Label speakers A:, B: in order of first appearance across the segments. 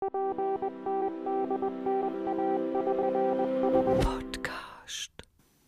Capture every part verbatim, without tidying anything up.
A: Podcast.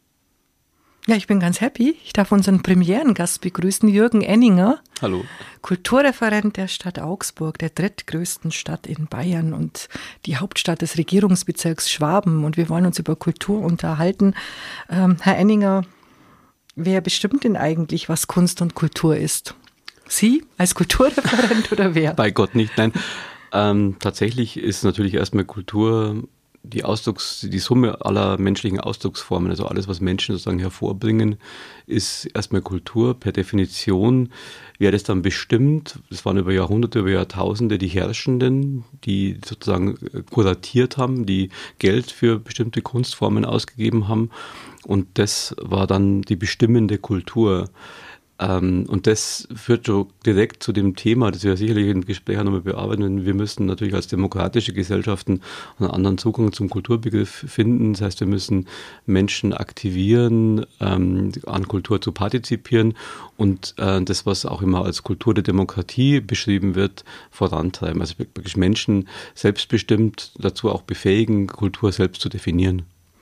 A: Ja, ich bin ganz happy. Ich darf unseren Premierengast begrüßen, Jürgen Enninger.
B: Hallo.
A: Kulturreferent der Stadt Augsburg, der drittgrößten Stadt in Bayern und die Hauptstadt des Regierungsbezirks Schwaben. Und wir wollen uns über Kultur unterhalten. Ähm, Herr Enninger, wer bestimmt denn eigentlich, was Kunst und Kultur ist? Sie als Kulturreferent oder wer?
B: Bei Gott nicht, nein. Ähm, tatsächlich ist natürlich erstmal Kultur die Ausdrucks, die Summe aller menschlichen Ausdrucksformen, also alles, was Menschen sozusagen hervorbringen, ist erstmal Kultur. Per Definition wäre das dann bestimmt, das waren über Jahrhunderte, über Jahrtausende die Herrschenden, die sozusagen kuratiert haben, die Geld für bestimmte Kunstformen ausgegeben haben, und das war dann die bestimmende Kultur. Ähm, und das führt schon direkt zu dem Thema, das wir sicherlich im Gespräch nochmal bearbeiten. Wir müssen natürlich als demokratische Gesellschaften einen anderen Zugang zum Kulturbegriff finden. Das heißt, wir müssen Menschen aktivieren, ähm, an Kultur zu partizipieren und äh, das, was auch immer als Kultur der Demokratie beschrieben wird, vorantreiben. Also wirklich Menschen selbstbestimmt dazu auch befähigen, Kultur selbst zu definieren.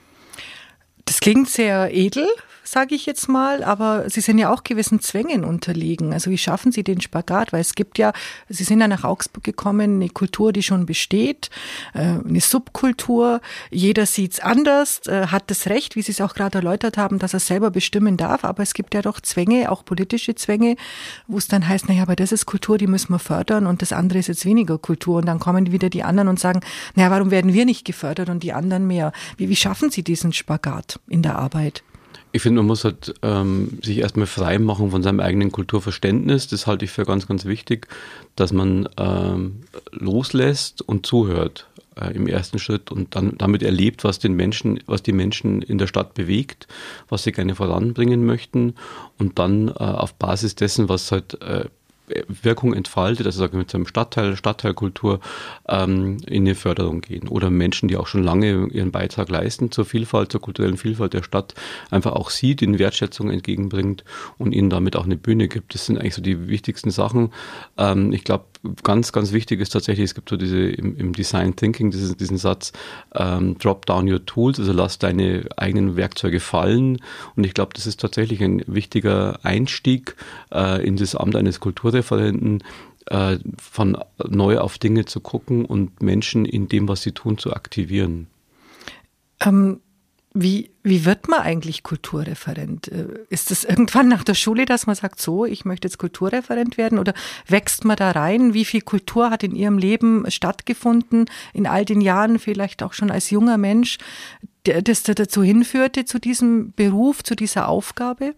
A: Das klingt sehr edel, sage ich jetzt mal, aber Sie sind ja auch gewissen Zwängen unterliegen. Also wie schaffen Sie den Spagat? Weil es gibt ja, Sie sind ja nach Augsburg gekommen, eine Kultur, die schon besteht, eine Subkultur. Jeder sieht es anders, hat das Recht, wie Sie es auch gerade erläutert haben, dass er selber bestimmen darf. Aber es gibt ja doch Zwänge, auch politische Zwänge, wo es dann heißt, naja, aber das ist Kultur, die müssen wir fördern und das andere ist jetzt weniger Kultur. Und dann kommen wieder die anderen und sagen, naja, warum werden wir nicht gefördert und die anderen mehr? Wie, wie schaffen Sie diesen Spagat in der Arbeit?
B: Ich finde, man muss halt ähm, sich erstmal frei machen von seinem eigenen Kulturverständnis. Das halte ich für ganz, ganz wichtig, dass man ähm, loslässt und zuhört äh, im ersten Schritt und dann damit erlebt, was den Menschen, was die Menschen in der Stadt bewegt, was sie gerne voranbringen möchten, und dann äh, auf Basis dessen, was halt äh, Wirkung entfaltet, also sagen wir mit seinem Stadtteil, Stadtteilkultur ähm, in eine Förderung gehen. Oder Menschen, die auch schon lange ihren Beitrag leisten zur Vielfalt, zur kulturellen Vielfalt der Stadt, einfach auch sieht, ihnen Wertschätzung entgegenbringt und ihnen damit auch eine Bühne gibt. Das sind eigentlich so die wichtigsten Sachen. Ähm, ich glaube, ganz, ganz wichtig ist tatsächlich, es gibt so diese im, im Design Thinking diesen, diesen Satz, ähm, drop down your tools, also lass deine eigenen Werkzeuge fallen. Und ich glaube, das ist tatsächlich ein wichtiger Einstieg äh, in das Amt eines Kulturreferenten, äh, von neu auf Dinge zu gucken und Menschen in dem, was sie tun, zu aktivieren.
A: Ähm, wie, wie wird man eigentlich Kulturreferent? Ist es irgendwann nach der Schule, dass man sagt, so, ich möchte jetzt Kulturreferent werden, oder wächst man da rein? Wie viel Kultur hat in Ihrem Leben stattgefunden, in all den Jahren, vielleicht auch schon als junger Mensch, das dazu hinführte, zu diesem Beruf, zu dieser Aufgabe?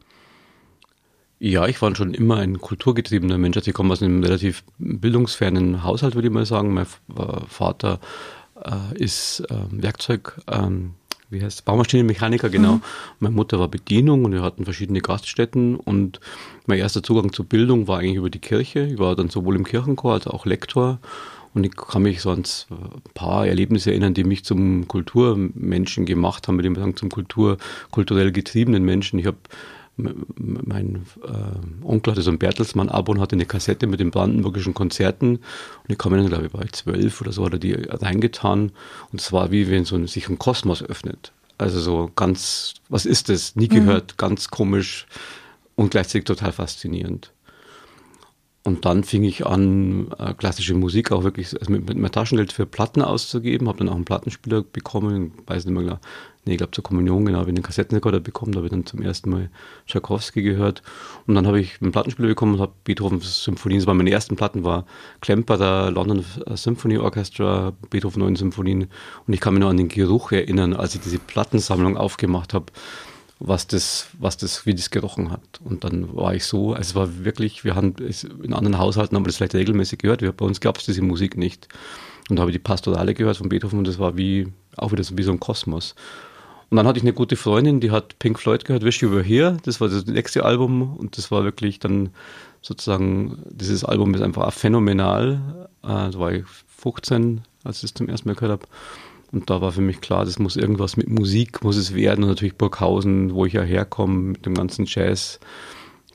B: Ja, ich war schon immer ein kulturgetriebener Mensch. Also ich komme aus einem relativ bildungsfernen Haushalt, würde ich mal sagen. Mein Vater äh, ist äh, Werkzeug, ähm, wie heißt es, Baumaschinenmechaniker, genau. Mhm. Meine Mutter war Bedienung und wir hatten verschiedene Gaststätten, und mein erster Zugang zur Bildung war eigentlich über die Kirche. Ich war dann sowohl im Kirchenchor als auch Lektor, und ich kann mich so an ein paar Erlebnisse erinnern, die mich zum Kulturmenschen gemacht haben, mit dem sagen, zum Kultur, kulturell getriebenen Menschen. Ich habe Mein äh, Onkel hatte so ein Bertelsmann-Abo und hatte eine Kassette mit den brandenburgischen Konzerten. Und ich kam dann, glaube ich, war ich zwölf oder so, hat er die reingetan. Und es war wie wenn so ein, sich ein Kosmos öffnet. Also so ganz, was ist das? Nie gehört, mhm. Ganz komisch und gleichzeitig total faszinierend. Und dann fing ich an, äh, klassische Musik auch wirklich also mit, mit mehr Taschengeld für Platten auszugeben. Habe dann auch einen Plattenspieler bekommen, ich weiß nicht mehr genau. Nee, ich glaube zur Kommunion, genau, habe ich einen Kassettenrekorder bekommen, da habe ich dann zum ersten Mal Tschaikowski gehört. Und dann habe ich einen Plattenspieler bekommen und habe Beethovens Symphonien, das waren meine ersten Platten, war Klemperer, London Symphony Orchestra, Beethoven neun Symphonien. Und ich kann mich noch an den Geruch erinnern, als ich diese Plattensammlung aufgemacht habe, was das, was das, wie das gerochen hat. Und dann war ich so, also es war wirklich, wir haben, in anderen Haushalten haben wir das vielleicht regelmäßig gehört, wir, bei uns gab es diese Musik nicht. Und da habe ich die Pastorale gehört von Beethoven und das war wie, auch wieder so wie so ein Kosmos. Und dann hatte ich eine gute Freundin, die hat Pink Floyd gehört, Wish You Were Here, das war das nächste Album, und das war wirklich dann sozusagen, dieses Album ist einfach phänomenal. Da war ich fünfzehn, als ich das zum ersten Mal gehört habe. Und da war für mich klar, das muss irgendwas mit Musik, muss es werden. Und natürlich Burghausen, wo ich ja herkomme, mit dem ganzen Jazz,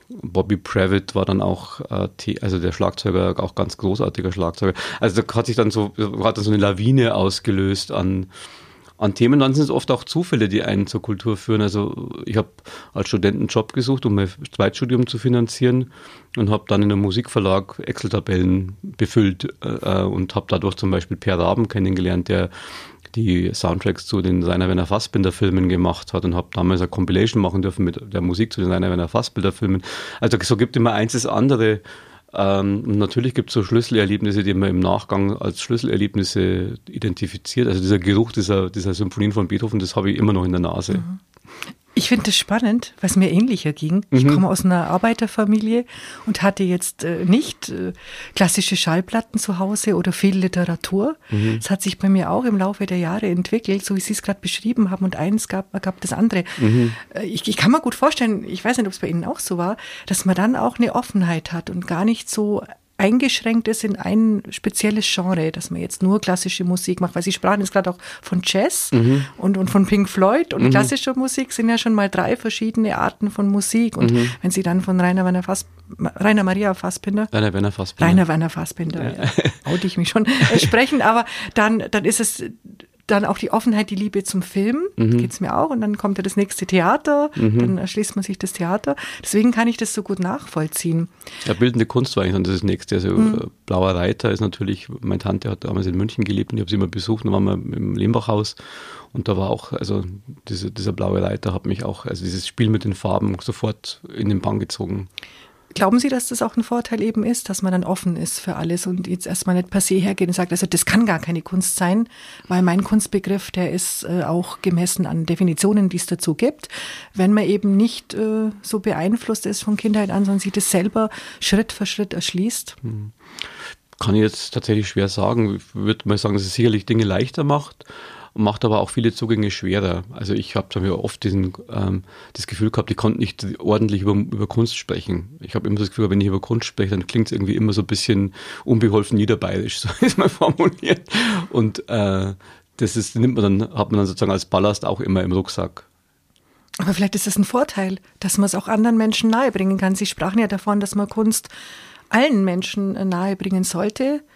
B: Bobby Previtt war dann auch, äh, also der Schlagzeuger, auch ganz großartiger Schlagzeuger. Also da hat sich dann so, hat dann so eine Lawine ausgelöst an, an Themen. Dann sind es oft auch Zufälle, die einen zur Kultur führen. Also ich habe als Student einen Job gesucht, um mein Zweitstudium zu finanzieren und habe dann in einem Musikverlag Excel-Tabellen befüllt äh, und habe dadurch zum Beispiel Per Raben kennengelernt, der die Soundtracks zu den Rainer Werner Fassbinder Filmen gemacht hat und habe damals eine Compilation machen dürfen mit der Musik zu den Rainer Werner Fassbinder Filmen. Also so gibt immer eins das andere. Ähm, und natürlich gibt es so Schlüsselerlebnisse, die man im Nachgang als Schlüsselerlebnisse identifiziert. Also dieser Geruch dieser, dieser Symphonien von Beethoven, das habe ich immer noch in der Nase.
A: Mhm. Ich finde das spannend, weil es mir ähnlicher ging. Ich
B: Mhm.
A: komme aus einer Arbeiterfamilie und hatte jetzt äh, nicht äh, klassische Schallplatten zu Hause oder viel Literatur.
B: Mhm.
A: Es hat sich bei mir auch im Laufe der Jahre entwickelt, so wie Sie es gerade beschrieben haben, und eins gab, gab das andere.
B: Mhm.
A: Äh, ich, ich kann mir gut vorstellen, ich weiß nicht, ob es bei Ihnen auch so war, dass man dann auch eine Offenheit hat und gar nicht so eingeschränkt ist in ein spezielles Genre, dass man jetzt nur klassische Musik macht, weil Sie sprachen jetzt gerade auch von Jazz
B: Mhm.
A: und, und von Pink Floyd und
B: Mhm.
A: klassischer Musik sind ja schon mal drei verschiedene Arten von Musik und
B: Mhm.
A: wenn Sie dann von Rainer Werner Fass, Rainer Maria Fassbinder,
B: Rainer Werner Fassbinder.
A: Rainer Werner Fassbinder, ja. oute ich mich schon, äh, sprechen, aber dann, dann ist es dann auch die Offenheit, die Liebe zum Film,
B: Mhm.
A: geht's mir auch. Und dann kommt ja das nächste Theater,
B: Mhm.
A: dann erschließt man sich das Theater. Deswegen kann ich das so gut nachvollziehen.
B: Ja, bildende Kunst war eigentlich dann das nächste. Also
A: Mhm.
B: äh, Blauer Reiter ist natürlich, meine Tante hat damals in München gelebt und ich habe sie immer besucht, dann waren wir im Lehmbachhaus und da war auch, also diese, dieser Blaue Reiter hat mich auch, also dieses Spiel mit den Farben sofort in den Bann gezogen.
A: Glauben Sie, dass das auch ein Vorteil eben ist, dass man dann offen ist für alles und jetzt erstmal nicht per se hergeht und sagt, also das kann gar keine Kunst sein, weil mein Kunstbegriff, der ist äh, auch gemessen an Definitionen, die es dazu gibt. Wenn man eben nicht äh, so beeinflusst ist von Kindheit an, sondern sich das selber Schritt für Schritt erschließt.
B: Hm. Kann ich jetzt tatsächlich schwer sagen. Ich würde mal sagen, dass es sicherlich Dinge leichter macht. Macht aber auch viele Zugänge schwerer. Also ich habe dann ja oft diesen, ähm, das Gefühl gehabt, ich konnte nicht ordentlich über, über Kunst sprechen. Ich habe immer das Gefühl, wenn ich über Kunst spreche, dann klingt es irgendwie immer so ein bisschen unbeholfen niederbayerisch, so ist mal formuliert. Und äh, das ist, nimmt man dann, hat man dann sozusagen als Ballast auch immer im Rucksack.
A: Aber vielleicht ist das ein Vorteil, dass man es auch anderen Menschen nahebringen kann. Sie sprachen ja davon, dass man Kunst allen Menschen äh, nahebringen sollte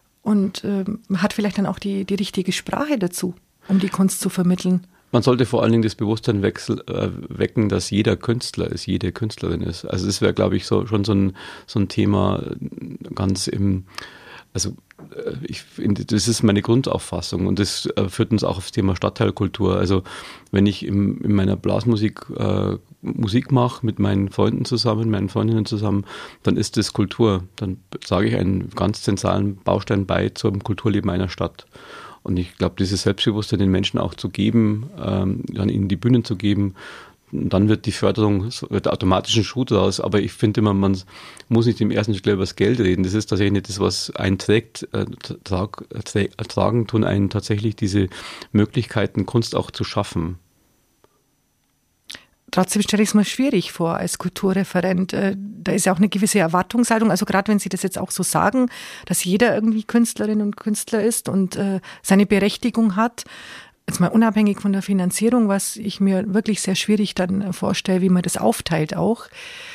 A: und äh, man hat vielleicht dann auch die, die richtige Sprache dazu, um die Kunst zu vermitteln.
B: Man sollte vor allen Dingen das Bewusstsein wechsel, äh, wecken, dass jeder Künstler ist, jede Künstlerin ist. Also das wäre, glaube ich, so, schon so ein, so ein Thema ganz im, also äh, ich finde, das ist meine Grundauffassung und das äh, führt uns auch aufs Thema Stadtteilkultur. Also wenn ich im, in meiner Blasmusik äh, Musik mache mit meinen Freunden zusammen, meinen Freundinnen zusammen, dann ist das Kultur. Dann sage ich einen ganz zentralen Baustein bei zum Kulturleben einer Stadt. Und ich glaube, dieses Selbstbewusstsein den Menschen auch zu geben, ähm, dann ihnen die Bühnen zu geben, dann wird die Förderung, wird automatisch ein Schuh draus. Aber ich finde immer, man muss nicht im ersten Schritt über das Geld reden. Das ist tatsächlich nicht das, was einen trägt. Äh, trag, trä, tragen tun einen tatsächlich diese Möglichkeiten, Kunst auch zu schaffen.
A: Trotzdem stelle ich es mir schwierig vor als Kulturreferent. Da ist ja auch eine gewisse Erwartungshaltung. Also gerade wenn Sie das jetzt auch so sagen, dass jeder irgendwie Künstlerin und Künstler ist und äh, seine Berechtigung hat. Jetzt mal unabhängig von der Finanzierung, was ich mir wirklich sehr schwierig dann vorstelle, wie man das aufteilt auch.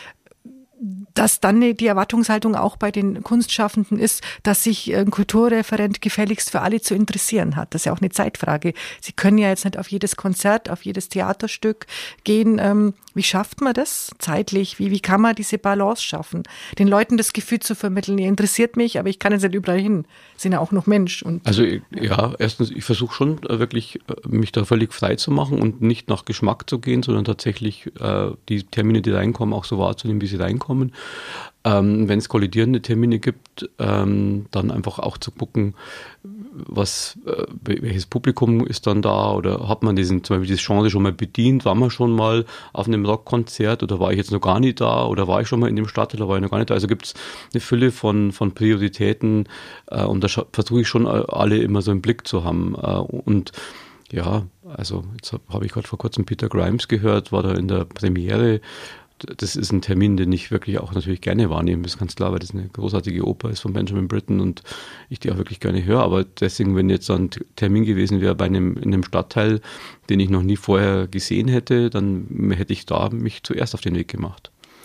A: Dass dann die Erwartungshaltung auch bei den Kunstschaffenden ist, dass sich ein Kulturreferent gefälligst für alle zu interessieren hat. Das ist ja auch eine Zeitfrage. Sie können ja jetzt nicht auf jedes Konzert, auf jedes Theaterstück gehen. Ähm, wie schafft man das zeitlich? Wie, wie kann man diese Balance schaffen? Den Leuten das Gefühl zu vermitteln, ihr interessiert mich, aber ich kann jetzt nicht überall hin. Sind ja auch noch Mensch. Und,
B: also ja, erstens, ich versuche schon wirklich, mich da völlig frei zu machen und nicht nach Geschmack zu gehen, sondern tatsächlich äh, die Termine, die reinkommen, auch so wahrzunehmen, wie sie reinkommen. Ähm, wenn es kollidierende Termine gibt, ähm, dann einfach auch zu gucken, was, äh, welches Publikum ist dann da oder hat man diesen, zum Beispiel das Genre schon mal bedient, war man schon mal auf einem Rockkonzert oder war ich jetzt noch gar nicht da oder war ich schon mal in dem Stadtteil oder war ich noch gar nicht da. Also gibt es eine Fülle von, von Prioritäten äh, und da versuche ich schon alle immer so im Blick zu haben äh, und ja, also jetzt habe hab ich gerade vor kurzem Peter Grimes gehört, war da in der Premiere. Das ist ein Termin, den ich wirklich auch natürlich gerne wahrnehme, das ist ganz klar, weil das eine großartige Oper ist von Benjamin Britten und ich die auch wirklich gerne höre. Aber deswegen, wenn jetzt so ein Termin gewesen wäre bei einem, in einem Stadtteil, den ich noch nie vorher gesehen hätte, dann hätte ich da mich zuerst auf den Weg gemacht.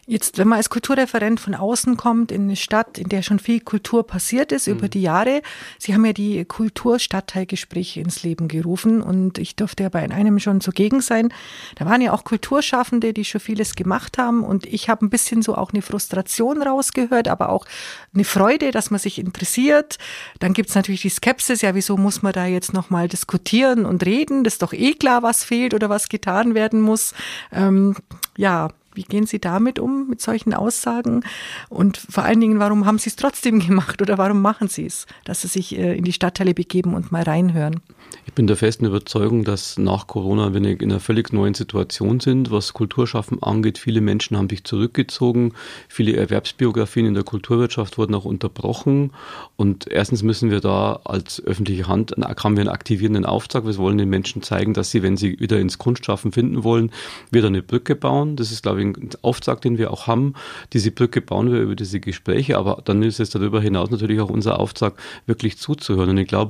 A: Jetzt, wenn man als Kulturreferent von außen kommt in eine Stadt, in der schon viel Kultur passiert ist mhm. über die Jahre, Sie haben ja die Kulturstadtteilgespräche ins Leben gerufen und ich durfte ja bei einem schon zugegen sein. Da waren ja auch Kulturschaffende, die schon vieles gemacht haben und ich habe ein bisschen so auch eine Frustration rausgehört, aber auch eine Freude, dass man sich interessiert. Dann gibt es natürlich die Skepsis, ja, wieso muss man da jetzt nochmal diskutieren und reden? Das ist doch eh klar, was fehlt oder was getan werden muss. Ähm, ja, wie gehen Sie damit um, mit solchen Aussagen? Und vor allen Dingen, warum haben Sie es trotzdem gemacht oder warum machen Sie es, dass Sie sich in die Stadtteile begeben und mal reinhören?
B: Ich bin der festen Überzeugung, dass nach Corona wir in einer völlig neuen Situation sind, was Kulturschaffen angeht. Viele Menschen haben sich zurückgezogen, viele Erwerbsbiografien in der Kulturwirtschaft wurden auch unterbrochen. Und erstens müssen wir da als öffentliche Hand, haben wir einen aktivierenden Auftrag. Wir wollen den Menschen zeigen, dass sie, wenn sie wieder ins Kunstschaffen finden wollen, wieder eine Brücke bauen. Das ist, glaube ich, ein Auftrag, den wir auch haben. Diese Brücke bauen wir über diese Gespräche, aber dann ist es darüber hinaus natürlich auch unser Auftrag, wirklich zuzuhören. Und ich glaube,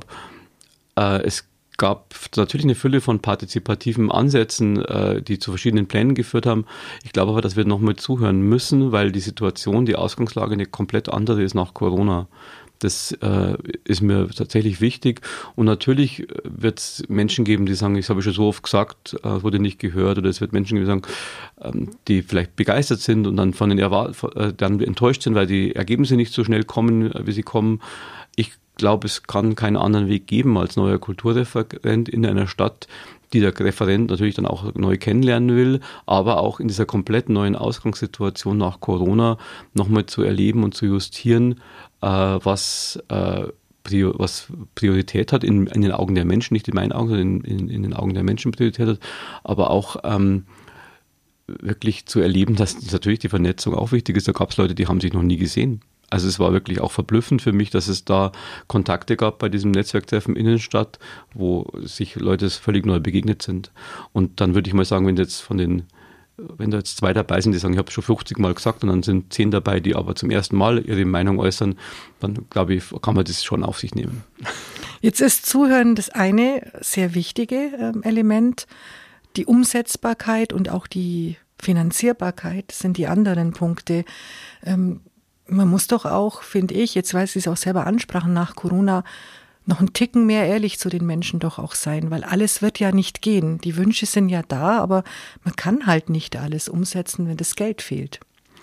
B: äh, es gab natürlich eine Fülle von partizipativen Ansätzen, äh, die zu verschiedenen Plänen geführt haben. Ich glaube aber, dass wir nochmal zuhören müssen, weil die Situation, die Ausgangslage eine komplett andere ist nach Corona. Das äh, ist mir tatsächlich wichtig. Und natürlich wird es Menschen geben, die sagen, das habe ich schon so oft gesagt, äh, wurde nicht gehört. Oder es wird Menschen geben, die sagen, ähm, die vielleicht begeistert sind und dann von den Erwart- äh, dann enttäuscht sind, weil die Ergebnisse nicht so schnell kommen, wie sie kommen. Ich glaube, es kann keinen anderen Weg geben als neuer Kulturreferent in einer Stadt, die der Referent natürlich dann auch neu kennenlernen will, aber auch in dieser komplett neuen Ausgangssituation nach Corona nochmal zu erleben und zu justieren, äh, was, äh, Prior, was Priorität hat in, in den Augen der Menschen, nicht in meinen Augen, sondern in, in, in den Augen der Menschen Priorität hat, aber auch ähm, wirklich zu erleben, dass natürlich die Vernetzung auch wichtig ist. Da gab es Leute, die haben sich noch nie gesehen. Also es war wirklich auch verblüffend für mich, dass es da Kontakte gab bei diesem Netzwerktreffen Innenstadt, wo sich Leute völlig neu begegnet sind. Und dann würde ich mal sagen, wenn jetzt von den, wenn da jetzt zwei dabei sind, die sagen, ich habe schon fünfzig Mal gesagt und dann sind zehn dabei, die aber zum ersten Mal ihre Meinung äußern, dann glaube ich, kann man das schon auf sich nehmen.
A: Jetzt ist Zuhören das eine sehr wichtige ähm, Element. Die Umsetzbarkeit und auch die Finanzierbarkeit sind die anderen Punkte. Ähm, Man muss doch auch, finde ich, jetzt weil Sie es auch selber ansprachen, nach Corona noch einen Ticken mehr ehrlich zu den Menschen doch auch sein, weil alles wird ja nicht gehen. Die Wünsche sind ja da, aber man kann halt nicht alles umsetzen, wenn das Geld fehlt.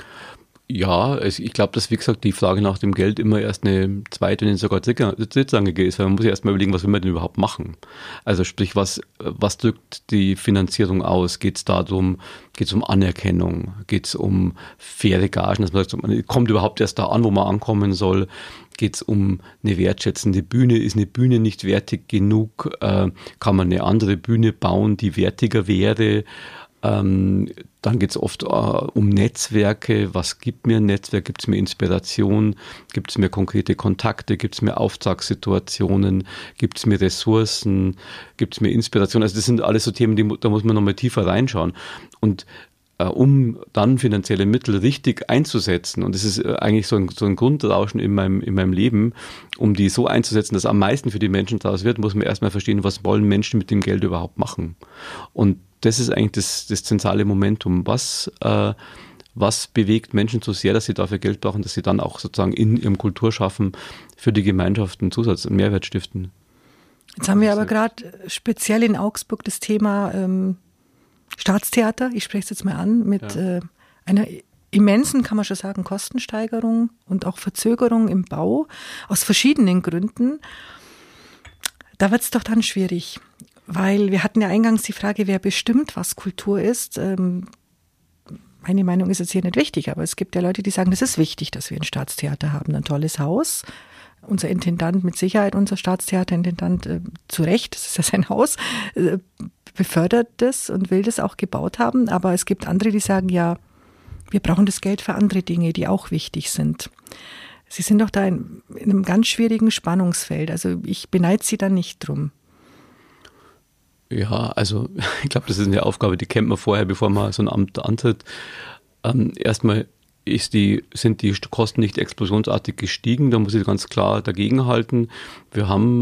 B: Ja, ich glaube, dass, wie gesagt, die Frage nach dem Geld immer erst eine zweite, wenn sogar drittrangige ist, weil man muss ja erst mal überlegen, was will man denn überhaupt machen? Also sprich, was, was drückt die Finanzierung aus? Geht es darum, geht es um Anerkennung? Geht es um faire Gagen? Dass man sagt, man kommt überhaupt erst da an, wo man ankommen soll? Geht es um eine wertschätzende Bühne? Ist eine Bühne nicht wertig genug? Äh, kann man eine andere Bühne bauen, die wertiger wäre? Ähm, dann geht es oft äh, um Netzwerke. Was gibt mir ein Netzwerk? Gibt es mir Inspiration? Gibt es mir konkrete Kontakte? Gibt es mir Auftragssituationen? Gibt es mir Ressourcen? Gibt es mir Inspiration? Also das sind alles so Themen, die, da muss man nochmal tiefer reinschauen. Und äh, um dann finanzielle Mittel richtig einzusetzen, und das ist äh, eigentlich so ein, so ein Grundrauschen in meinem, in meinem Leben, um die so einzusetzen, dass am meisten für die Menschen daraus wird, muss man erstmal verstehen, was wollen Menschen mit dem Geld überhaupt machen. Und das ist eigentlich das, das zentrale Momentum. Was, äh, was bewegt Menschen so sehr, dass sie dafür Geld brauchen, dass sie dann auch sozusagen in ihrem Kulturschaffen für die Gemeinschaft einen Zusatz, einen Mehrwert stiften?
A: Jetzt haben wir aber gerade speziell in Augsburg das Thema ähm, Staatstheater, ich spreche es jetzt mal an, mit ja. äh, einer immensen, kann man schon sagen, Kostensteigerung und auch Verzögerung im Bau aus verschiedenen Gründen. Da wird es doch dann schwierig. Weil wir hatten ja eingangs die Frage, wer bestimmt, was Kultur ist. Ähm, meine Meinung ist jetzt hier nicht wichtig, aber es gibt ja Leute, die sagen, das ist wichtig, dass wir ein Staatstheater haben, ein tolles Haus. Unser Intendant, mit Sicherheit unser Staatstheaterintendant, äh, zu Recht, das ist ja sein Haus, äh, befördert das und will das auch gebaut haben. Aber es gibt andere, die sagen, ja, wir brauchen das Geld für andere Dinge, die auch wichtig sind. Sie sind doch da in, in einem ganz schwierigen Spannungsfeld. Also ich beneide Sie da nicht drum.
B: Ja, also ich glaube, das ist eine Aufgabe, die kennt man vorher, bevor man so ein Amt antritt. Ähm, erstmal ist die, sind die Kosten nicht explosionsartig gestiegen, da muss ich ganz klar dagegenhalten. Wir haben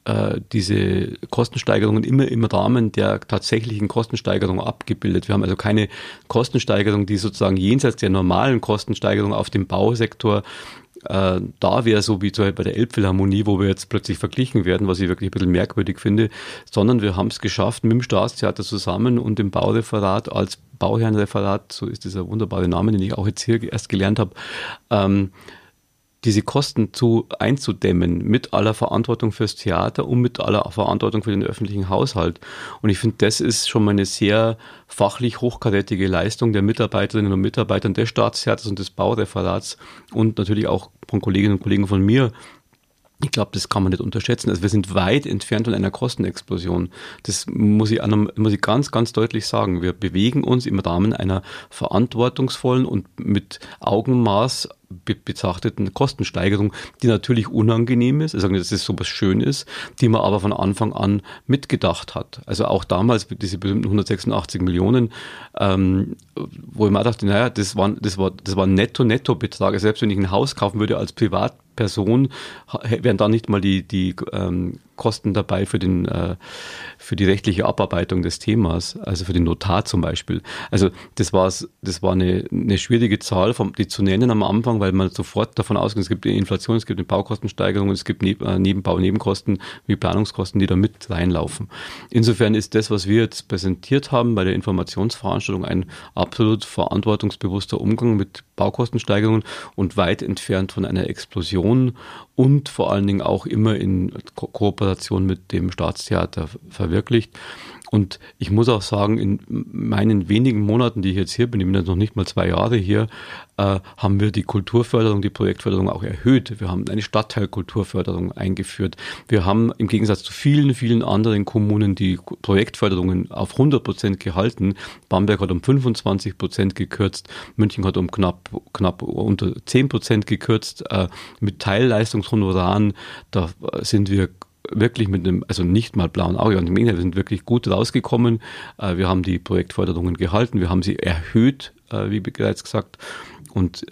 B: äh, diese Kostensteigerungen immer im Rahmen der tatsächlichen Kostensteigerung abgebildet. Wir haben also keine Kostensteigerung, die sozusagen jenseits der normalen Kostensteigerung auf dem Bausektor äh, da wäre, so wie zum Beispiel bei der Elbphilharmonie, wo wir jetzt plötzlich verglichen werden, was ich wirklich ein bisschen merkwürdig finde, sondern wir haben es geschafft, mit dem Staatstheater zusammen und dem Baureferat als Bauherrenreferat, so ist dieser wunderbare Name, den ich auch jetzt hier erst gelernt habe, ähm, diese Kosten zu einzudämmen mit aller Verantwortung fürs Theater und mit aller Verantwortung für den öffentlichen Haushalt. Und ich finde, das ist schon mal eine sehr fachlich hochkarätige Leistung der Mitarbeiterinnen und Mitarbeiter des Staatstheaters und des Baureferats und natürlich auch von Kolleginnen und Kollegen von mir. Ich glaube, das kann man nicht unterschätzen. Also wir sind weit entfernt von einer Kostenexplosion. Das muss ich, muss ich ganz, ganz deutlich sagen. Wir bewegen uns im Rahmen einer verantwortungsvollen und mit Augenmaß be- betrachteten Kostensteigerung, die natürlich unangenehm ist. Ich sage nicht, dass es so was Schönes, die man aber von Anfang an mitgedacht hat. Also auch damals mit diese berühmten hundertsechsundachtzig Millionen, ähm, wo ich mir dachte, naja, das war, das war, das war ein Netto-Netto-Betrag. Selbst wenn ich ein Haus kaufen würde als Privatperson, wären da nicht mal die, die ähm, Kosten dabei für den, äh, für die rechtliche Abarbeitung des Themas, also für den Notar zum Beispiel. Also das war das war eine, eine schwierige Zahl, vom, die zu nennen am Anfang, weil man sofort davon ausgeht, es gibt eine Inflation, es gibt eine Baukostensteigerung, es gibt Neb- äh, Nebenbau, Nebenkosten wie Planungskosten, die da mit reinlaufen. Insofern ist das, was wir jetzt präsentiert haben bei der Informationsveranstaltung, ein absolut verantwortungsbewusster Umgang mit Baukostensteigerungen und weit entfernt von einer Explosion und vor allen Dingen auch immer in Ko- Kooperation mit dem Staatstheater verwirklicht. Und ich muss auch sagen, in meinen wenigen Monaten, die ich jetzt hier bin, ich bin jetzt noch nicht mal zwei Jahre hier, äh, haben wir die Kulturförderung, die Projektförderung auch erhöht. Wir haben eine Stadtteilkulturförderung eingeführt. Wir haben im Gegensatz zu vielen, vielen anderen Kommunen die Projektförderungen auf hundert Prozent gehalten. Bamberg hat um fünfundzwanzig Prozent gekürzt, München hat um knapp, knapp unter zehn Prozent gekürzt. Äh, mit Teilleistungshonoraren, da sind wir wirklich mit einem, also nicht mal blauen Auge, und wir sind wirklich gut rausgekommen. Wir haben die Projektförderungen gehalten, wir haben sie erhöht, wie bereits gesagt, und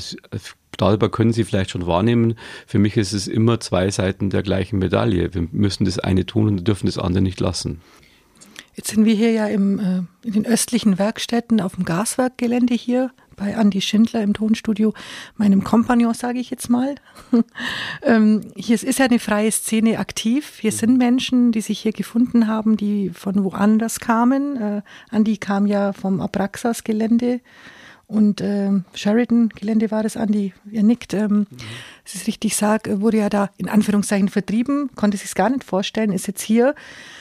B: darüber können Sie vielleicht schon wahrnehmen, für mich ist es immer zwei Seiten der gleichen Medaille. Wir müssen das eine tun und dürfen das andere nicht lassen.
A: Jetzt sind wir hier ja im, äh, in den östlichen Werkstätten auf dem Gaswerkgelände hier bei Andi Schindler im Tonstudio, meinem Kompagnon, sage ich jetzt mal. ähm, hier ist ja eine freie Szene aktiv. Hier sind Menschen, die sich hier gefunden haben, die von woanders kamen. Äh, Andi kam ja vom Abraxas-Gelände und äh, Sheridan-Gelände war das, Andi, ihr nickt. Ähm, mhm. Es ist richtig, sag, wurde ja da in Anführungszeichen vertrieben, konnte sich es gar nicht vorstellen, ist jetzt hier.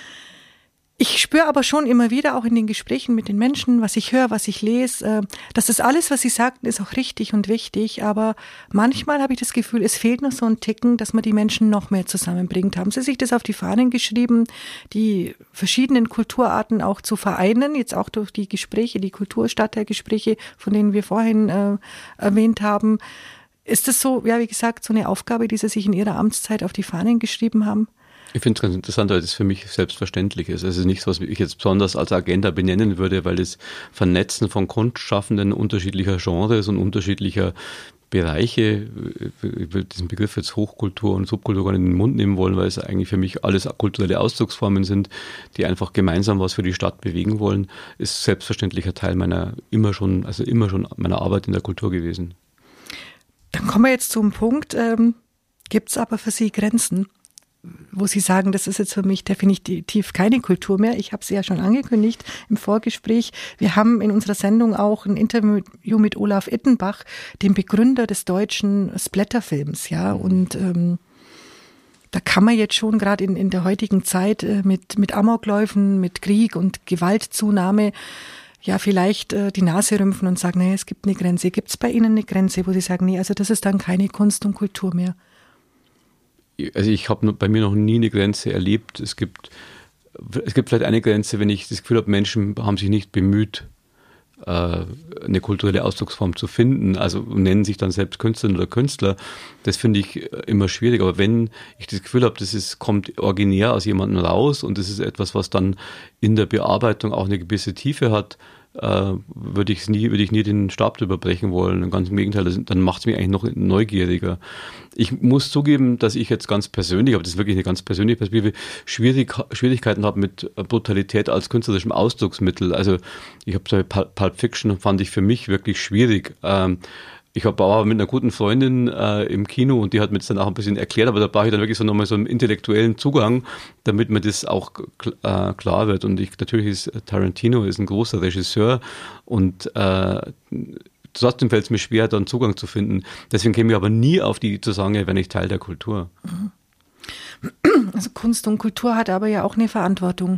A: Ich spüre aber schon immer wieder, auch in den Gesprächen mit den Menschen, was ich höre, was ich lese, dass das alles, was sie sagten, ist auch richtig und wichtig. Aber manchmal habe ich das Gefühl, es fehlt noch so ein Ticken, dass man die Menschen noch mehr zusammenbringt. Haben Sie sich das auf die Fahnen geschrieben, die verschiedenen Kulturarten auch zu vereinen, jetzt auch durch die Gespräche, die Kulturstadtteilgespräche, von denen wir vorhin äh, erwähnt haben. Ist das so, ja, wie gesagt, so eine Aufgabe, die Sie sich in Ihrer Amtszeit auf die Fahnen geschrieben haben?
B: Ich finde es ganz interessant, weil es für mich selbstverständlich ist. Es ist nichts, was ich jetzt besonders als Agenda benennen würde, weil das Vernetzen von Kunstschaffenden unterschiedlicher Genres und unterschiedlicher Bereiche, ich will diesen Begriff jetzt Hochkultur und Subkultur gar nicht in den Mund nehmen wollen, weil es eigentlich für mich alles kulturelle Ausdrucksformen sind, die einfach gemeinsam was für die Stadt bewegen wollen, ist selbstverständlicher Teil meiner immer schon, also immer schon meiner Arbeit in der Kultur gewesen.
A: Dann kommen wir jetzt zum Punkt, ähm, gibt es aber für Sie Grenzen? Wo Sie sagen, das ist jetzt für mich definitiv keine Kultur mehr. Ich habe es ja schon angekündigt im Vorgespräch. Wir haben in unserer Sendung auch ein Interview mit Olaf Ittenbach, dem Begründer des deutschen Splatterfilms. Ja, und ähm, da kann man jetzt schon gerade in, in der heutigen Zeit äh, mit, mit Amokläufen, mit Krieg und Gewaltzunahme ja vielleicht äh, die Nase rümpfen und sagen, nee, es gibt eine Grenze. Gibt es bei Ihnen eine Grenze, wo Sie sagen, nee, also das ist dann keine Kunst und Kultur mehr?
B: Also ich habe bei mir noch nie eine Grenze erlebt. Es gibt, es gibt vielleicht eine Grenze, wenn ich das Gefühl habe, Menschen haben sich nicht bemüht, eine kulturelle Ausdrucksform zu finden, also nennen sich dann selbst Künstlerin oder Künstler. Das finde ich immer schwierig. Aber wenn ich das Gefühl habe, das ist, kommt originär aus jemandem raus und das ist etwas, was dann in der Bearbeitung auch eine gewisse Tiefe hat, äh, würde ich nie, würde ich nie den Stab drüber brechen wollen. Ganz im Gegenteil, das, dann macht es mich eigentlich noch neugieriger. Ich muss zugeben, dass ich jetzt ganz persönlich, aber das ist wirklich eine ganz persönliche Perspektive, schwierig, Schwierigkeiten habe mit Brutalität als künstlerischem Ausdrucksmittel. Also ich habe so Pulp Fiction fand ich für mich wirklich schwierig. Ähm, Ich war aber mit einer guten Freundin äh, im Kino und die hat mir das dann auch ein bisschen erklärt, aber da brauche ich dann wirklich so nochmal so einen intellektuellen Zugang, damit mir das auch äh, klar wird. Und ich, natürlich ist Tarantino ist ein großer Regisseur und äh, trotzdem fällt es mir schwer, da einen Zugang zu finden. Deswegen käme ich aber nie auf die zu sagen, ja, wenn ich Teil der Kultur.
A: Also Kunst und Kultur hat aber ja auch eine Verantwortung.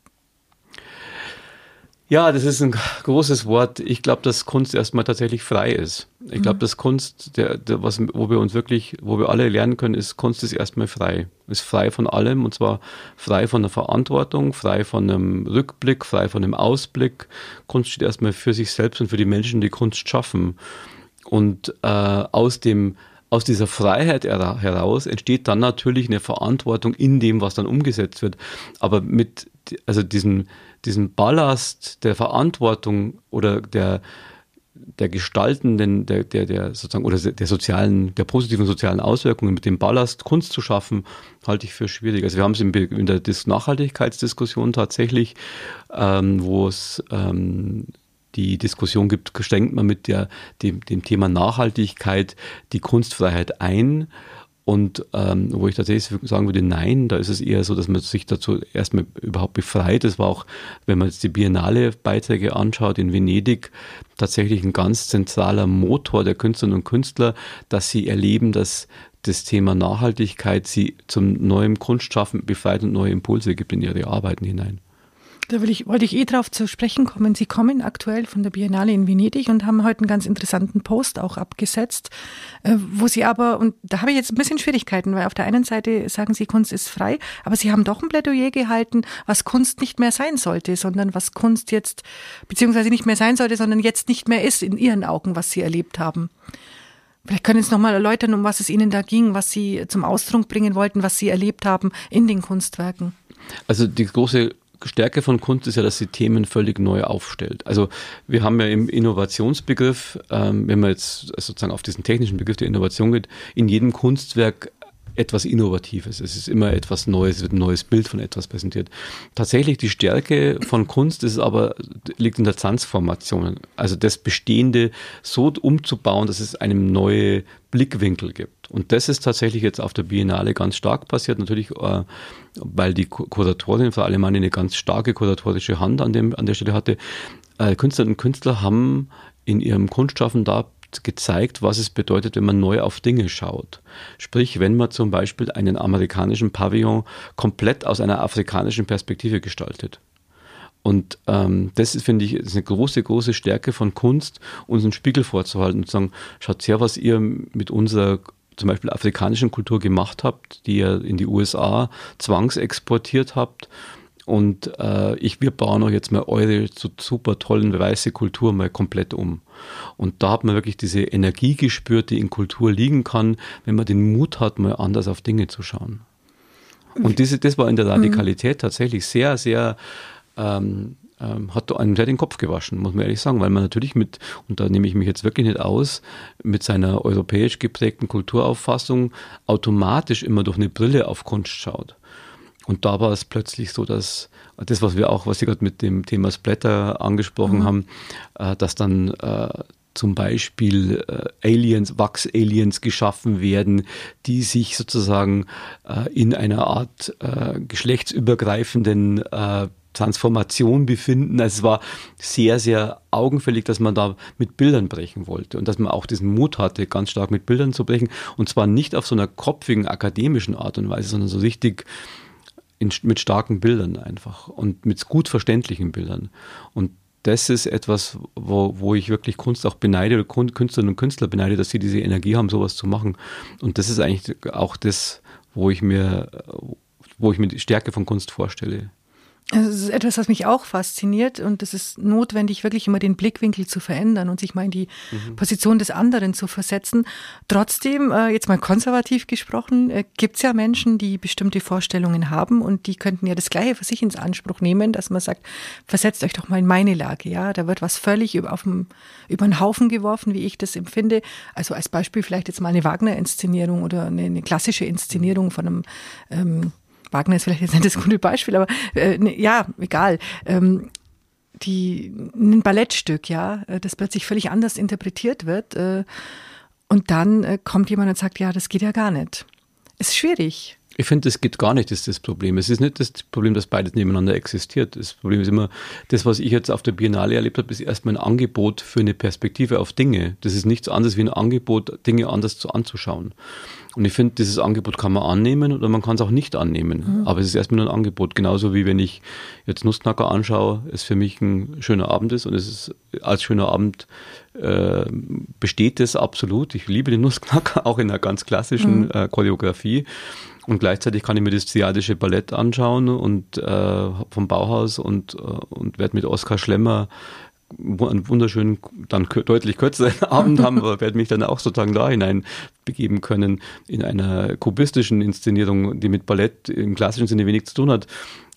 B: Ja, das ist ein großes Wort. Ich glaube, dass Kunst erstmal tatsächlich frei ist. Ich glaube, dass Kunst, der, der, was, wo wir uns wirklich, wo wir alle lernen können, ist, Kunst ist erstmal frei. Ist frei von allem und zwar frei von der Verantwortung, frei von einem Rückblick, frei von einem Ausblick. Kunst steht erstmal für sich selbst und für die Menschen, die Kunst schaffen. Und äh, aus dem Aus dieser Freiheit heraus entsteht dann natürlich eine Verantwortung in dem, was dann umgesetzt wird. Aber mit also diesen, diesen Ballast der Verantwortung oder der, der gestaltenden, der, der, der sozusagen oder der sozialen, der positiven sozialen Auswirkungen mit dem Ballast Kunst zu schaffen, halte ich für schwierig. Also wir haben es in, in der Nachhaltigkeitsdiskussion tatsächlich, ähm, wo es ähm, die Diskussion gibt, schränkt man mit der, dem, dem Thema Nachhaltigkeit die Kunstfreiheit ein. Und ähm, wo ich tatsächlich sagen würde, nein, da ist es eher so, dass man sich dazu erstmal überhaupt befreit. Das war auch, wenn man jetzt die Biennale-Beiträge anschaut in Venedig, tatsächlich ein ganz zentraler Motor der Künstlerinnen und Künstler, dass sie erleben, dass das Thema Nachhaltigkeit sie zum neuen Kunstschaffen befreit und neue Impulse gibt in ihre Arbeiten hinein.
A: Da will ich, wollte ich eh drauf zu sprechen kommen. Sie kommen aktuell von der Biennale in Venedig und haben heute einen ganz interessanten Post auch abgesetzt, wo Sie aber, und da habe ich jetzt ein bisschen Schwierigkeiten, weil auf der einen Seite sagen Sie, Kunst ist frei, aber Sie haben doch ein Plädoyer gehalten, was Kunst nicht mehr sein sollte, sondern was Kunst jetzt, beziehungsweise nicht mehr sein sollte, sondern jetzt nicht mehr ist in Ihren Augen, was Sie erlebt haben. Vielleicht können Sie noch mal erläutern, um was es Ihnen da ging, was Sie zum Ausdruck bringen wollten, was Sie erlebt haben in den Kunstwerken.
B: Also die große Stärke von Kunst ist ja, dass sie Themen völlig neu aufstellt. Also wir haben ja im Innovationsbegriff, ähm, wenn man jetzt sozusagen auf diesen technischen Begriff der Innovation geht, in jedem Kunstwerk etwas Innovatives. Es ist immer etwas Neues, es wird ein neues Bild von etwas präsentiert. Tatsächlich die Stärke von Kunst ist aber, liegt in der Transformation. Also das Bestehende so umzubauen, dass es einem neue Blickwinkel gibt. Und das ist tatsächlich jetzt auf der Biennale ganz stark passiert. Natürlich, äh, weil die Kuratorin, Frau Alemanni, eine ganz starke kuratorische Hand an, dem, an der Stelle hatte. Äh, Künstlerinnen und Künstler haben in ihrem Kunstschaffen da gezeigt, was es bedeutet, wenn man neu auf Dinge schaut. Sprich, wenn man zum Beispiel einen amerikanischen Pavillon komplett aus einer afrikanischen Perspektive gestaltet. Und ähm, das ist, finde ich, ist eine große, große Stärke von Kunst, uns einen Spiegel vorzuhalten und zu sagen, schaut her, was ihr mit unserer zum Beispiel afrikanischen Kultur gemacht habt, die ihr in die U S A zwangsexportiert habt. Und äh, ich, wir bauen euch jetzt mal eure so super tollen weiße Kultur mal komplett um. Und da hat man wirklich diese Energie gespürt, die in Kultur liegen kann, wenn man den Mut hat, mal anders auf Dinge zu schauen. Und diese, das war in der Radikalität tatsächlich sehr, sehr, ähm, ähm, hat einem sehr den Kopf gewaschen, muss man ehrlich sagen, weil man natürlich mit, und da nehme ich mich jetzt wirklich nicht aus, mit seiner europäisch geprägten Kulturauffassung automatisch immer durch eine Brille auf Kunst schaut. Und da war es plötzlich so, dass das, was wir auch, was Sie gerade mit dem Thema Splatter angesprochen mhm. haben, äh, dass dann äh, zum Beispiel äh, Aliens, Wachs-Aliens geschaffen werden, die sich sozusagen äh, in einer Art äh, geschlechtsübergreifenden äh, Transformation befinden. Also es war sehr, sehr augenfällig, dass man da mit Bildern brechen wollte und dass man auch diesen Mut hatte, ganz stark mit Bildern zu brechen. Und zwar nicht auf so einer kopfigen, akademischen Art und Weise, sondern so richtig In, mit starken Bildern einfach und mit gut verständlichen Bildern. Und das ist etwas, wo, wo ich wirklich Kunst auch beneide, Künstlerinnen und Künstler beneide, dass sie diese Energie haben, sowas zu machen. Und das ist eigentlich auch das, wo ich mir, wo ich mir die Stärke von Kunst vorstelle.
A: Das ist etwas, was mich auch fasziniert und es ist notwendig, wirklich immer den Blickwinkel zu verändern und sich mal in die mhm. Position des anderen zu versetzen. Trotzdem, äh, jetzt mal konservativ gesprochen, äh, gibt es ja Menschen, die bestimmte Vorstellungen haben und die könnten ja das Gleiche für sich ins Anspruch nehmen, dass man sagt, versetzt euch doch mal in meine Lage. Ja, da wird was völlig über, auf dem, über den Haufen geworfen, wie ich das empfinde. Also als Beispiel vielleicht jetzt mal eine Wagner-Inszenierung oder eine, eine klassische Inszenierung von einem ähm, Wagner ist vielleicht jetzt nicht das gute Beispiel, aber äh, ne, ja, egal. Ähm, die, ein Ballettstück, ja, das plötzlich völlig anders interpretiert wird äh, und dann äh, kommt jemand und sagt, ja, das geht ja gar nicht. Ist schwierig.
B: Ich finde, das geht gar nicht, das ist das Problem. Es ist nicht das Problem, dass beides nebeneinander existiert. Das Problem ist immer, das, was ich jetzt auf der Biennale erlebt habe, ist erstmal ein Angebot für eine Perspektive auf Dinge. Das ist nichts anderes wie ein Angebot, Dinge anders zu anzuschauen. Und ich finde, dieses Angebot kann man annehmen oder man kann es auch nicht annehmen. Mhm. Aber es ist erstmal nur ein Angebot. Genauso wie wenn ich jetzt Nussknacker anschaue, es für mich ein schöner Abend ist und es ist als schöner Abend äh, besteht es absolut. Ich liebe den Nussknacker, auch in einer ganz klassischen mhm. äh, Choreografie. Und gleichzeitig kann ich mir das Ziadische Ballett anschauen und äh, vom Bauhaus und, äh, und werde mit Oskar Schlemmer einen wunderschönen, dann deutlich kürzeren Abend haben, aber werde mich dann auch sozusagen da hinein begeben können in einer kubistischen Inszenierung, die mit Ballett im klassischen Sinne wenig zu tun hat.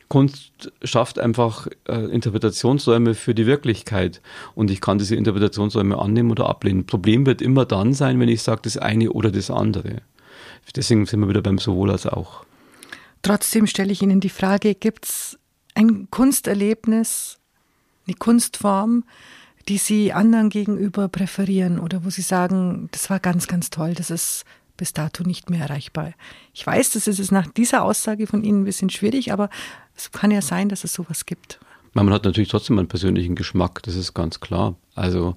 B: Kunst schafft einfach äh, Interpretationsräume für die Wirklichkeit und ich kann diese Interpretationsräume annehmen oder ablehnen. Problem wird immer dann sein, wenn ich sage, das eine oder das andere. Deswegen sind wir wieder beim sowohl als auch.
A: Trotzdem stelle ich Ihnen die Frage, gibt es ein Kunsterlebnis, eine Kunstform, die Sie anderen gegenüber präferieren oder wo Sie sagen, das war ganz, ganz toll, das ist bis dato nicht mehr erreichbar. Ich weiß, das ist nach dieser Aussage von Ihnen ein bisschen schwierig, aber es kann ja sein, dass es sowas gibt.
B: Man hat natürlich trotzdem einen persönlichen Geschmack, das ist ganz klar. Also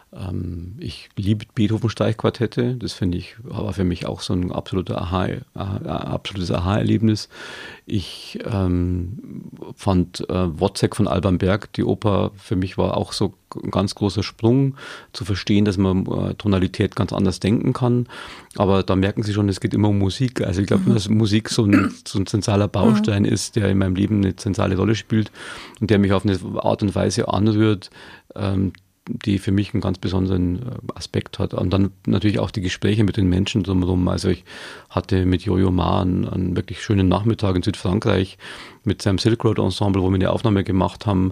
B: ähm, ich liebe Beethoven-Streichquartette, das finde ich, war für mich auch so ein absoluter Aha, äh, absolutes Aha-Erlebnis. Ich ähm, fand äh, Wozzeck von Alban Berg, die Oper, für mich war auch so ein ganz großer Sprung, zu verstehen, dass man äh, Tonalität ganz anders denken kann. Aber da merken Sie schon, es geht immer um Musik. Also ich glaube, mhm. dass Musik so ein, so ein zentraler Baustein mhm. ist, der in meinem Leben eine zentrale Rolle spielt und der mich auf eine Art und Weise anrührt, ähm, die für mich einen ganz besonderen Aspekt hat. Und dann natürlich auch die Gespräche mit den Menschen drumherum. Also ich hatte mit Yo-Yo Ma einen, einen wirklich schönen Nachmittag in Südfrankreich mit seinem Silk Road Ensemble, wo wir eine Aufnahme gemacht haben.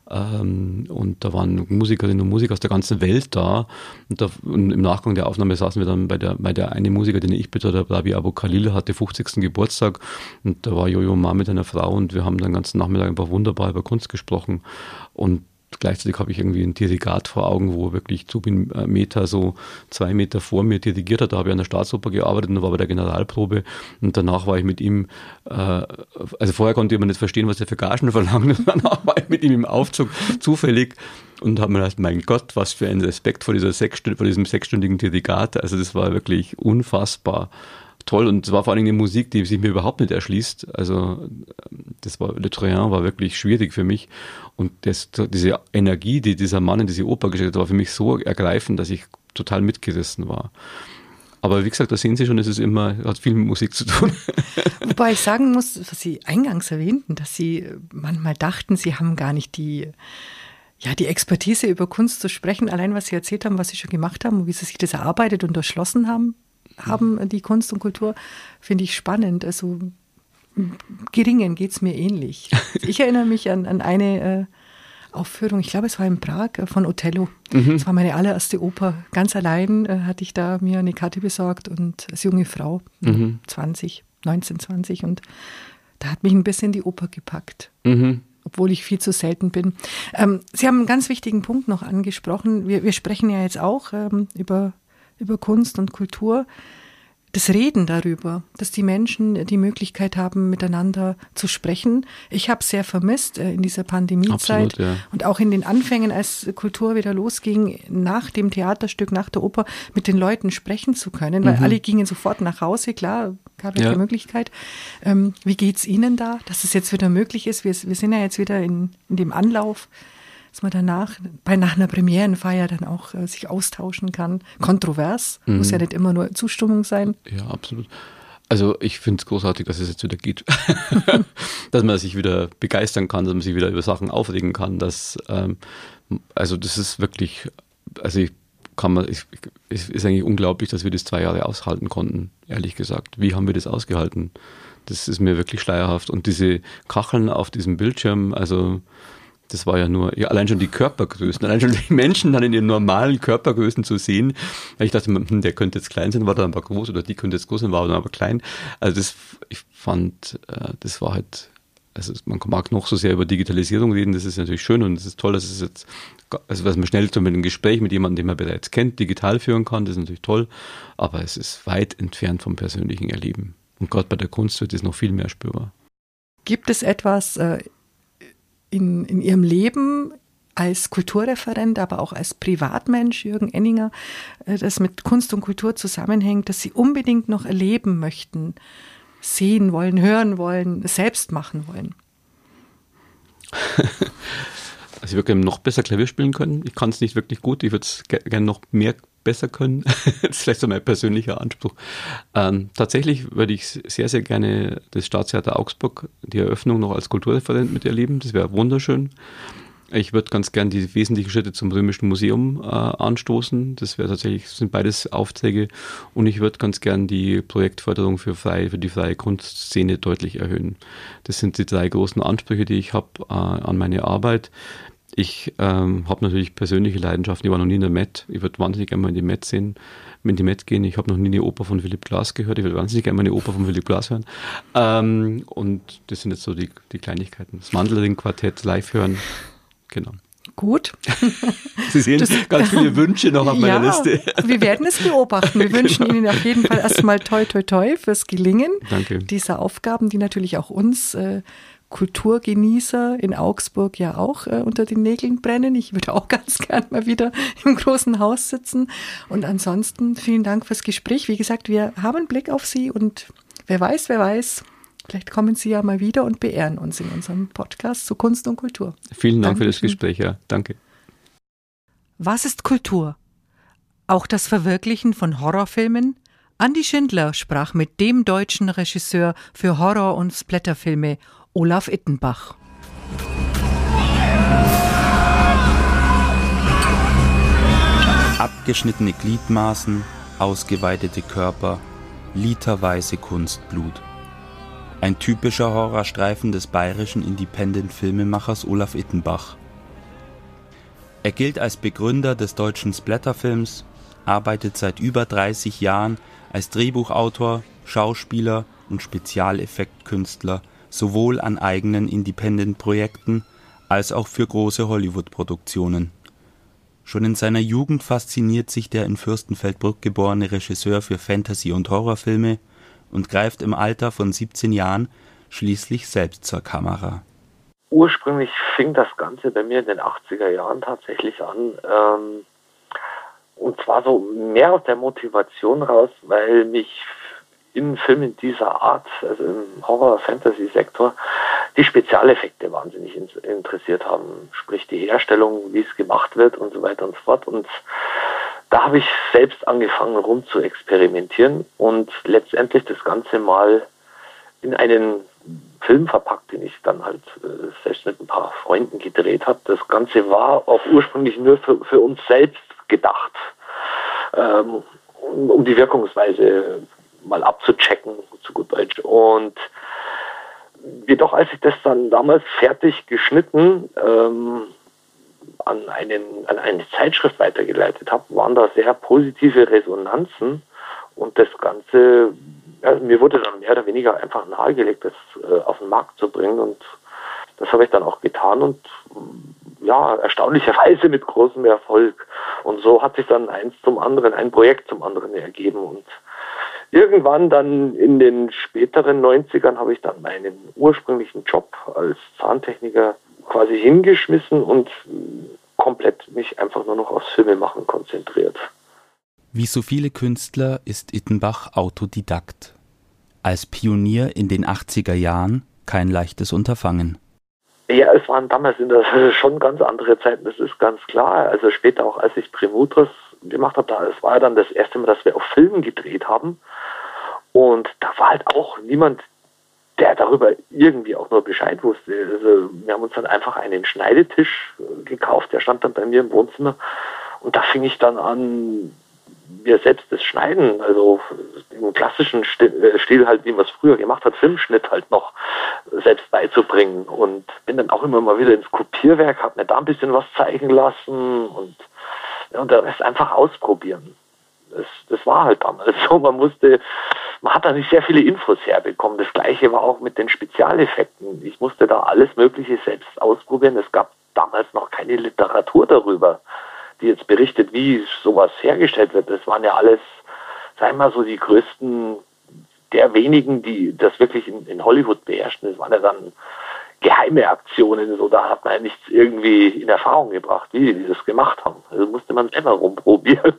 B: Und da waren Musikerinnen und Musiker aus der ganzen Welt da. Und, da, und im Nachgang der Aufnahme saßen wir dann bei der, bei der eine Musiker, den ich betreut habe, Rabi Abu Khalil, hatte fünfzigsten Geburtstag. Und da war Yo-Yo Ma mit einer Frau und wir haben den ganzen Nachmittag einfach wunderbar über Kunst gesprochen. Und gleichzeitig habe ich irgendwie ein Dirigat vor Augen, wo wirklich Zubin Mehta so zwei Meter vor mir dirigiert hat. Da habe ich an der Staatsoper gearbeitet und war bei der Generalprobe. Und danach war ich mit ihm, äh, also vorher konnte ich immer nicht verstehen, was er für Gagen verlangt. Und danach war ich mit ihm im Aufzug zufällig und habe mir gedacht, mein Gott, was für ein Respekt vor, dieser sechsstünd- vor diesem sechsstündigen Dirigat. Also das war wirklich unfassbar toll und es war vor allem eine Musik, die sich mir überhaupt nicht erschließt. Also das war, Le Troyen war wirklich schwierig für mich und das, diese Energie, die dieser Mann in diese Oper gestellt hat, war für mich so ergreifend, dass ich total mitgerissen war. Aber wie gesagt, da sehen Sie schon, es ist immer, hat viel mit Musik zu tun.
A: Wobei ich sagen muss, was Sie eingangs erwähnten, dass Sie manchmal dachten, Sie haben gar nicht die, ja, die Expertise über Kunst zu sprechen, allein was Sie erzählt haben, was Sie schon gemacht haben und wie Sie sich das erarbeitet und erschlossen haben. haben die Kunst und Kultur, finde ich spannend. Also Geringen geht es mir ähnlich. Ich erinnere mich an, an eine äh, Aufführung, ich glaube, es war in Prag, äh, von Othello. Mhm. Das war meine allererste Oper. Ganz allein äh, hatte ich da mir eine Karte besorgt und als junge Frau, mhm. zwanzig, neunzehn, zwanzig und da hat mich ein bisschen die Oper gepackt. Mhm. Obwohl ich viel zu selten bin. Ähm, Sie haben einen ganz wichtigen Punkt noch angesprochen. Wir, wir sprechen ja jetzt auch ähm, über über Kunst und Kultur, das Reden darüber, dass die Menschen die Möglichkeit haben, miteinander zu sprechen. Ich habe es sehr vermisst äh, in dieser Pandemiezeit. Absolut, ja. Und auch in den Anfängen, als Kultur wieder losging, nach dem Theaterstück, nach der Oper, mit den Leuten sprechen zu können, weil mhm. alle gingen sofort nach Hause, klar, gab ja keine Möglichkeit. Ähm, wie geht's Ihnen da, dass es jetzt wieder möglich ist? Wir, wir sind ja jetzt wieder in, in dem Anlauf, dass man danach, bei nach einer Premierenfeier dann auch äh, sich austauschen kann. Kontrovers, mhm. muss ja nicht immer nur Zustimmung sein.
B: Ja, absolut. Also ich finde es großartig, dass es jetzt wieder geht. Dass man sich wieder begeistern kann, dass man sich wieder über Sachen aufregen kann. Dass, ähm, also das ist wirklich, also ich kann man, ich, es ist eigentlich unglaublich, dass wir das zwei Jahre aushalten konnten, ehrlich gesagt. Wie haben wir das ausgehalten? Das ist mir wirklich schleierhaft. Und diese Kacheln auf diesem Bildschirm, also das war ja nur, ja, allein schon die Körpergrößen, allein schon die Menschen dann in ihren normalen Körpergrößen zu sehen. Weil ich dachte, hm, der könnte jetzt klein sein, war dann aber groß, oder die könnte jetzt groß sein, war dann aber klein. Also das, ich fand, das war halt, also man mag noch so sehr über Digitalisierung reden, das ist natürlich schön und es ist toll, dass es jetzt, also was man schnell so mit einem Gespräch mit jemandem, den man bereits kennt, digital führen kann, das ist natürlich toll, aber es ist weit entfernt vom persönlichen Erleben. Und gerade bei der Kunst wird es noch viel mehr spürbar.
A: Gibt es etwas äh, in, in Ihrem Leben als Kulturreferent, aber auch als Privatmensch, Jürgen Enninger, äh, das mit Kunst und Kultur zusammenhängt, das Sie unbedingt noch erleben möchten, sehen wollen, hören wollen, selbst machen wollen?
B: Also ich würde gerne noch besser Klavier spielen können. Ich kann es nicht wirklich gut. Ich würde es gerne noch mehr besser können. Das ist vielleicht so mein persönlicher Anspruch. Ähm, tatsächlich würde ich sehr, sehr gerne das Staatstheater Augsburg, die Eröffnung noch als Kulturreferent miterleben. Das wäre wunderschön. Ich würde ganz gern die wesentlichen Schritte zum Römischen Museum äh, anstoßen. Das wäre tatsächlich, das sind beides Aufträge. Und ich würde ganz gern die Projektförderung für, frei, für die freie Kunstszene deutlich erhöhen. Das sind die drei großen Ansprüche, die ich habe äh, an meine Arbeit. Ich ähm, habe natürlich persönliche Leidenschaften. Ich war noch nie in der Met. Ich würde wahnsinnig gerne mal in die Met sehen, in die Met gehen. Ich habe noch nie eine Oper von Philipp Glass gehört. Ich würde wahnsinnig gerne mal eine Oper von Philipp Glass hören. Ähm, und das sind jetzt so die, die Kleinigkeiten. Das Mandelring-Quartett live hören. Genau.
A: Gut.
B: Sie sehen das, ganz viele Wünsche noch auf meiner
A: ja,
B: Liste.
A: Wir werden es beobachten. Wir wünschen genau. Ihnen auf jeden Fall erstmal toi toi toi fürs Gelingen
B: Danke.
A: dieser Aufgaben, die natürlich auch uns äh, Kulturgenießer in Augsburg ja auch äh, unter den Nägeln brennen. Ich würde auch ganz gern mal wieder im großen Haus sitzen. Und ansonsten vielen Dank fürs Gespräch. Wie gesagt, wir haben einen Blick auf Sie und wer weiß, wer weiß, vielleicht kommen Sie ja mal wieder und beehren uns in unserem Podcast zu Kunst und Kultur.
B: Vielen Dank
A: Dankeschön.
B: für das Gespräch, ja. Danke.
A: Was ist Kultur? Auch das Verwirklichen von Horrorfilmen? Andi Schindler sprach mit dem deutschen Regisseur für Horror- und Splatterfilme, Olaf Ittenbach.
C: Abgeschnittene Gliedmaßen, ausgeweitete Körper, literweise Kunstblut. Ein typischer Horrorstreifen des bayerischen Independent-Filmemachers Olaf Ittenbach. Er gilt als Begründer des deutschen Splatterfilms, arbeitet seit über dreißig Jahren als Drehbuchautor, Schauspieler und Spezialeffektkünstler sowohl an eigenen Independent-Projekten als auch für große Hollywood-Produktionen. Schon in seiner Jugend fasziniert sich der in Fürstenfeldbruck geborene Regisseur für Fantasy- und Horrorfilme und greift im Alter von siebzehn Jahren schließlich selbst zur Kamera.
D: Ursprünglich fing das Ganze bei mir in den achtziger Jahren tatsächlich an. Ähm, und zwar so mehr aus der Motivation raus, weil mich in Filmen dieser Art, also im Horror-Fantasy-Sektor, die Spezialeffekte wahnsinnig in, interessiert haben. Sprich die Herstellung, wie es gemacht wird und so weiter und so fort. Und da habe ich selbst angefangen rum zu experimentieren und letztendlich das Ganze mal in einen Film verpackt, den ich dann halt äh, selbst mit ein paar Freunden gedreht habe. Das Ganze war auch ursprünglich nur für, für uns selbst gedacht, ähm, um, um die Wirkungsweise mal abzuchecken, zu gut Deutsch. Und jedoch, als ich das dann damals fertig geschnitten ähm, an, einen, an eine Zeitschrift weitergeleitet habe, waren da sehr positive Resonanzen und das Ganze, also mir wurde dann mehr oder weniger einfach nahegelegt, das äh, auf den Markt zu bringen und das habe ich dann auch getan und ja, erstaunlicherweise mit großem Erfolg. Und so hat sich dann eins zum anderen, ein Projekt zum anderen ergeben und irgendwann dann in den späteren neunzigern habe ich dann meinen ursprünglichen Job als Zahntechniker quasi hingeschmissen und komplett mich einfach nur noch aufs Filmemachen konzentriert.
C: Wie so viele Künstler ist Ittenbach Autodidakt. Als Pionier in den achtziger Jahren kein leichtes Unterfangen.
D: Ja, es waren damals in der schon ganz andere Zeiten, das ist ganz klar. Also später auch, als ich Premutris gemacht habe, da, es war ja dann das erste Mal, dass wir auf Filmen gedreht haben. Und da war halt auch niemand, der darüber irgendwie auch nur Bescheid wusste. Also wir haben uns dann einfach einen Schneidetisch gekauft, der stand dann bei mir im Wohnzimmer. Und da fing ich dann an, mir selbst das Schneiden, also im klassischen Stil halt, wie man es früher gemacht hat, Filmschnitt halt noch selbst beizubringen. Und bin dann auch immer mal wieder ins Kopierwerk, habe mir da ein bisschen was zeigen lassen und, ja, und der Rest einfach ausprobieren. Das, das war halt damals so. Man musste, man hat da nicht sehr viele Infos herbekommen. Das Gleiche war auch mit den Spezialeffekten. Ich musste da alles Mögliche selbst ausprobieren. Es gab damals noch keine Literatur darüber, die jetzt berichtet, wie sowas hergestellt wird. Das waren ja alles, sagen wir mal so, die größten der wenigen, die das wirklich in, in Hollywood beherrschten. Das waren ja dann geheime Aktionen. So, da hat man ja nichts irgendwie in Erfahrung gebracht, wie die das gemacht haben. Also musste man selber rumprobieren.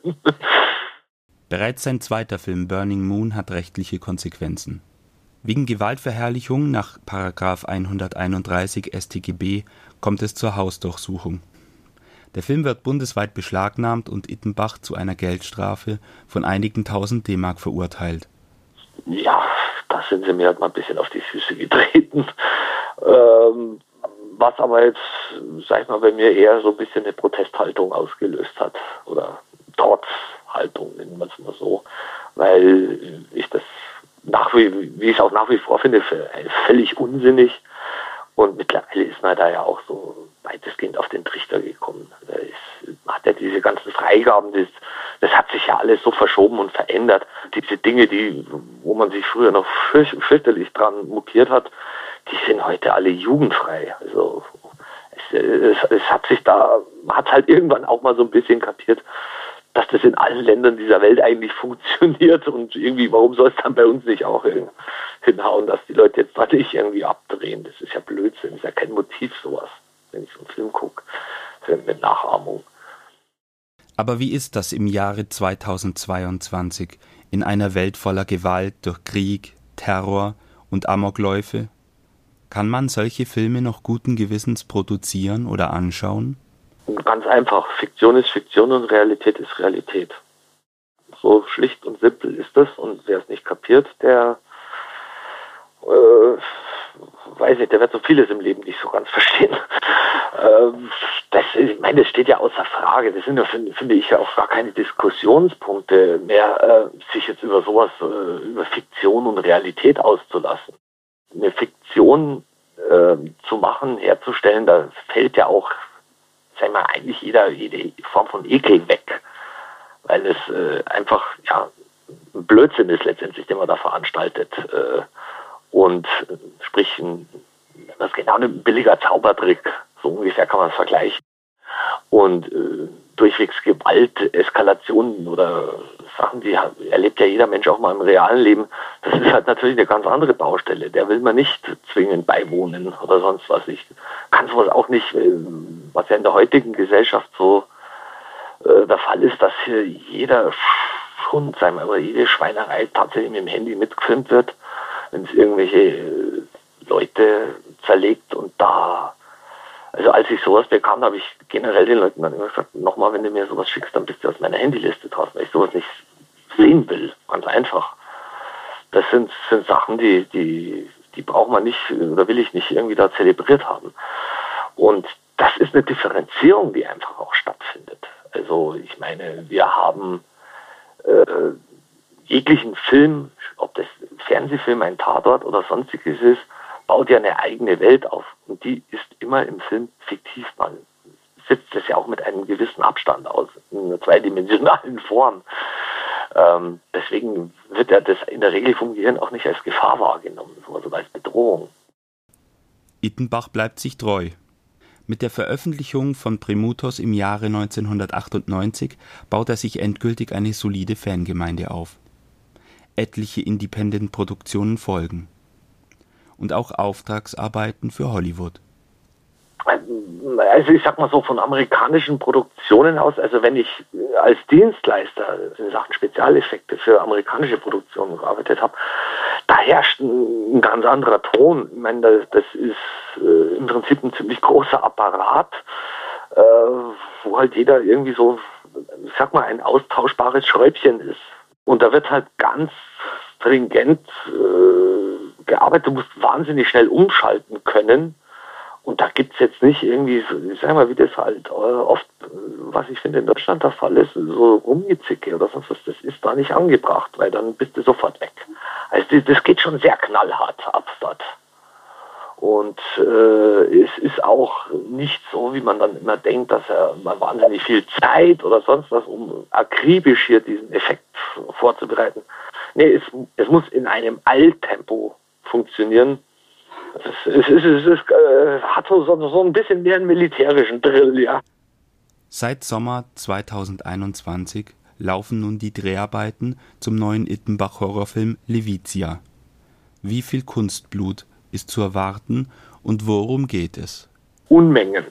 C: Bereits sein zweiter Film Burning Moon hat rechtliche Konsequenzen. Wegen Gewaltverherrlichung nach Paragraph hunderteinunddreißig S t G B kommt es zur Hausdurchsuchung. Der Film wird bundesweit beschlagnahmt und Ittenbach zu einer Geldstrafe von einigen tausend D-Mark verurteilt.
D: Ja, da sind sie mir halt mal ein bisschen auf die Füße getreten. Ähm, was aber jetzt, sag ich mal, bei mir eher so ein bisschen eine Protesthaltung ausgelöst hat. Oder Trotzhaltung, nennen wir es mal so. Weil ich das nach wie, wie ich es auch nach wie vor finde, für völlig unsinnig. Und mittlerweile ist man da ja auch so weitestgehend auf den Trichter gekommen. Da ist, man hat ja diese ganzen Freigaben, das, das hat sich ja alles so verschoben und verändert. Diese Dinge, die, wo man sich früher noch fürch, fürchterlich dran mokiert hat, die sind heute alle jugendfrei. Also es, es, es hat sich da, man hat halt irgendwann auch mal so ein bisschen kapiert, dass das in allen Ländern dieser Welt eigentlich funktioniert und irgendwie, warum soll es dann bei uns nicht auch hinhauen, dass die Leute jetzt da nicht irgendwie abdrehen. Das ist ja Blödsinn, das ist ja kein Motiv sowas, wenn ich so einen Film gucke, mit Nachahmung.
C: Aber wie ist das im Jahre zweitausendzweiundzwanzig in einer Welt voller Gewalt durch Krieg, Terror und Amokläufe? Kann man solche Filme noch guten Gewissens produzieren oder anschauen?
D: Ganz einfach, Fiktion ist Fiktion und Realität ist Realität. So schlicht und simpel ist das, und wer es nicht kapiert, der äh, weiß nicht, der wird so vieles im Leben nicht so ganz verstehen. ähm, das, ich meine, das steht ja außer Frage. Das sind ja, finde, finde ich, ja auch gar keine Diskussionspunkte mehr, äh, sich jetzt über sowas, äh, über Fiktion und Realität auszulassen. Eine Fiktion äh, zu machen, herzustellen, da fällt ja auch, sagen wir, eigentlich jeder, jede Form von Ekel weg, weil es äh, einfach ja ein Blödsinn ist letztendlich, den man da veranstaltet. Äh, und äh, sprich, ein, das ist genau ein billiger Zaubertrick, so ungefähr kann man es vergleichen. Und äh, durchwegs Gewalt, Eskalationen oder Sachen, die erlebt ja jeder Mensch auch mal im realen Leben. Das ist halt natürlich eine ganz andere Baustelle. Der will man nicht zwingend beiwohnen oder sonst was. Ich kann sowas auch nicht, was ja in der heutigen Gesellschaft so äh, der Fall ist, dass hier jeder Schund, sagen wir, oder jede Schweinerei tatsächlich mit dem Handy mitgefilmt wird, wenn es irgendwelche äh, Leute zerlegt. Und da, also als ich sowas bekam, habe ich generell den Leuten dann immer gesagt, nochmal, wenn du mir sowas schickst, dann bist du aus meiner Handyliste draußen, weil ich sowas nicht sehen will. Ganz einfach. Das sind, sind Sachen, die, die, die braucht man nicht, oder will ich nicht irgendwie da zelebriert haben. Und das ist eine Differenzierung, die einfach auch stattfindet. Also ich meine, wir haben äh, jeglichen Film, ob das Fernsehfilm, ein Tatort oder sonstiges ist, baut ja eine eigene Welt auf. Und die ist immer im Film fiktiv. Man sitzt es ja auch mit einem gewissen Abstand aus, in einer zweidimensionalen Form. Ähm, deswegen wird ja das in der Regel vom Gehirn auch nicht als Gefahr wahrgenommen, sondern als Bedrohung.
C: Ittenbach bleibt sich treu. Mit der Veröffentlichung von Primutos im Jahre neunzehnhundertachtundneunzig baut er sich endgültig eine solide Fangemeinde auf. Etliche Independent-Produktionen folgen. Und auch Auftragsarbeiten für Hollywood.
D: Also ich sag mal so, von amerikanischen Produktionen aus, also wenn ich als Dienstleister in Sachen Spezialeffekte für amerikanische Produktionen gearbeitet habe, da herrscht ein, ein ganz anderer Ton. Ich meine, das, das ist äh, im Prinzip ein ziemlich großer Apparat, äh, wo halt jeder irgendwie so, ich sag mal, ein austauschbares Schräubchen ist. Und da wird halt ganz stringent äh, gearbeitet, du musst wahnsinnig schnell umschalten können. Und da gibt es jetzt nicht irgendwie, ich sag mal, wie das halt äh, oft, was ich finde in Deutschland der Fall ist, so Rumgezicke oder sonst was, das ist da nicht angebracht, weil dann bist du sofort weg. Also das, das geht schon sehr knallhart ab dort. Und äh, es ist auch nicht so, wie man dann immer denkt, dass er mal wahnsinnig viel Zeit oder sonst was, um akribisch hier diesen Effekt vorzubereiten. Nee, es, es muss in einem Eiltempo funktionieren. Es, es, es, es, es äh, hat so, so, so ein bisschen mehr einen militärischen Drill, ja.
C: Seit Sommer zweitausendeinundzwanzig laufen nun die Dreharbeiten zum neuen Ittenbach-Horrorfilm Levitia. Wie viel Kunstblut ist zu erwarten und worum geht es?
D: Unmengen.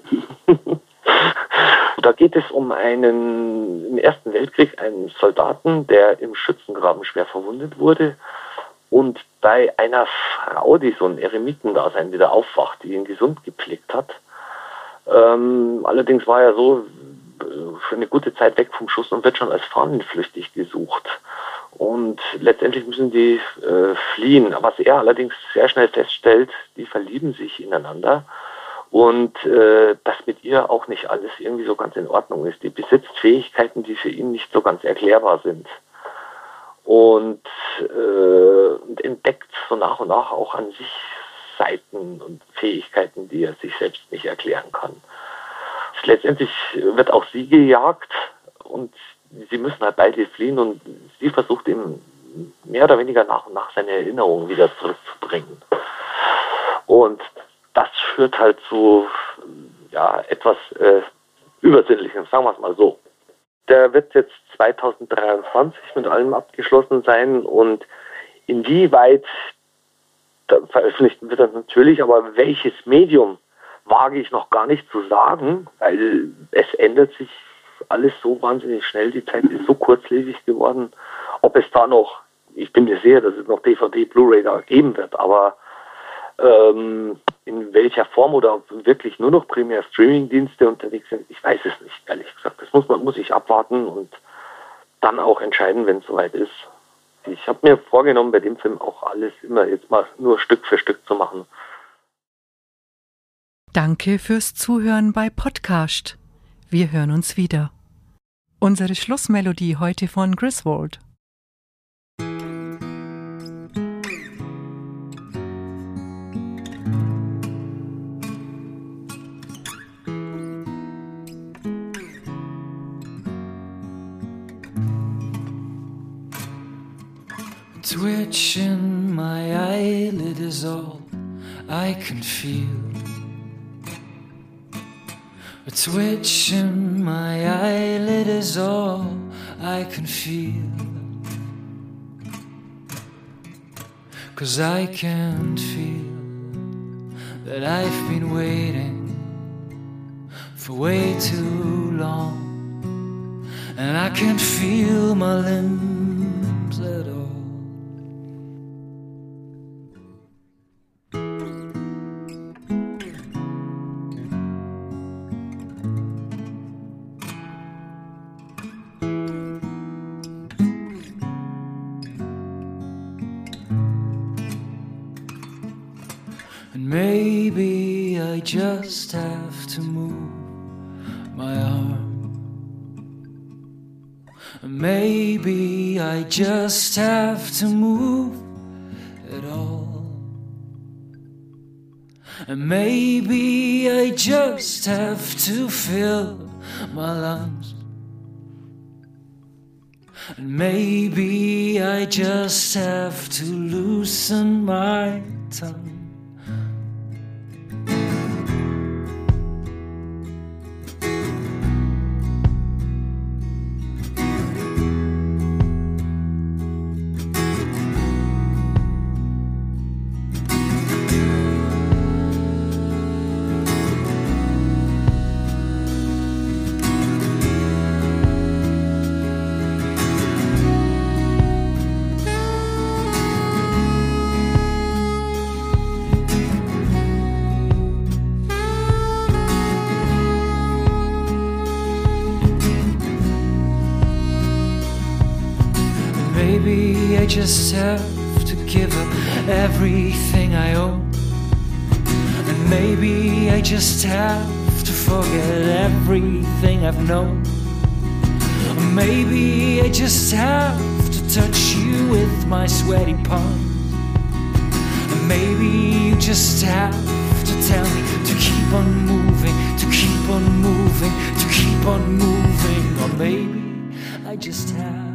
D: Da geht es um einen im Ersten Weltkrieg einen Soldaten, der im Schützengraben schwer verwundet wurde und bei einer Frau, die so ein Eremitendasein wieder aufwacht, die ihn gesund gepflegt hat. Ähm, allerdings war er so für eine gute Zeit weg vom Schuss und wird schon als fahnenflüchtig gesucht. Und letztendlich müssen die äh, fliehen. Was er allerdings sehr schnell feststellt, die verlieben sich ineinander und äh, dass mit ihr auch nicht alles irgendwie so ganz in Ordnung ist. Die besitzt Fähigkeiten, die für ihn nicht so ganz erklärbar sind. Und, äh, und entdeckt so nach und nach auch an sich Seiten und Fähigkeiten, die er sich selbst nicht erklären kann. Letztendlich wird auch sie gejagt und sie müssen halt beide fliehen und sie versucht ihm mehr oder weniger nach und nach seine Erinnerungen wieder zurückzubringen. Und das führt halt zu ja, etwas äh, Übersinnlichem, sagen wir es mal so. Der wird jetzt zweitausenddreiundzwanzig mit allem abgeschlossen sein und inwieweit da veröffentlicht wird das natürlich, aber welches Medium wage ich noch gar nicht zu sagen, weil es ändert sich alles so wahnsinnig schnell, die Zeit ist so kurzlebig geworden, ob es da noch, ich bin mir sicher, dass es noch D V D, Blu-ray da geben wird, aber ähm, in welcher Form oder wirklich nur noch primär Streaming-Dienste unterwegs sind, ich weiß es nicht, ehrlich gesagt. Das muss man muss ich abwarten und dann auch entscheiden, wenn es soweit ist. Ich habe mir vorgenommen, bei dem Film auch alles immer jetzt mal nur Stück für Stück zu machen.
A: Danke fürs Zuhören bei Podcast. Wir hören uns wieder. Unsere Schlussmelodie heute von Griswold.
E: Twitch in my eyelid is all I can feel. A twitch in my eyelid is all I can feel. 'Cause I can't feel that I've been waiting for way too long, and I can't feel my limbs at all. And maybe I just have to move my arm. And maybe I just have to move it all. And maybe I just have to fill my lungs. And maybe I just have to loosen my tongue. Maybe I just have give up everything I own. And maybe I just have to forget everything I've known. Or maybe I just have to touch you with my sweaty palm. And maybe you just have to tell me to keep on moving, to keep on moving, to keep on moving. Or maybe I just have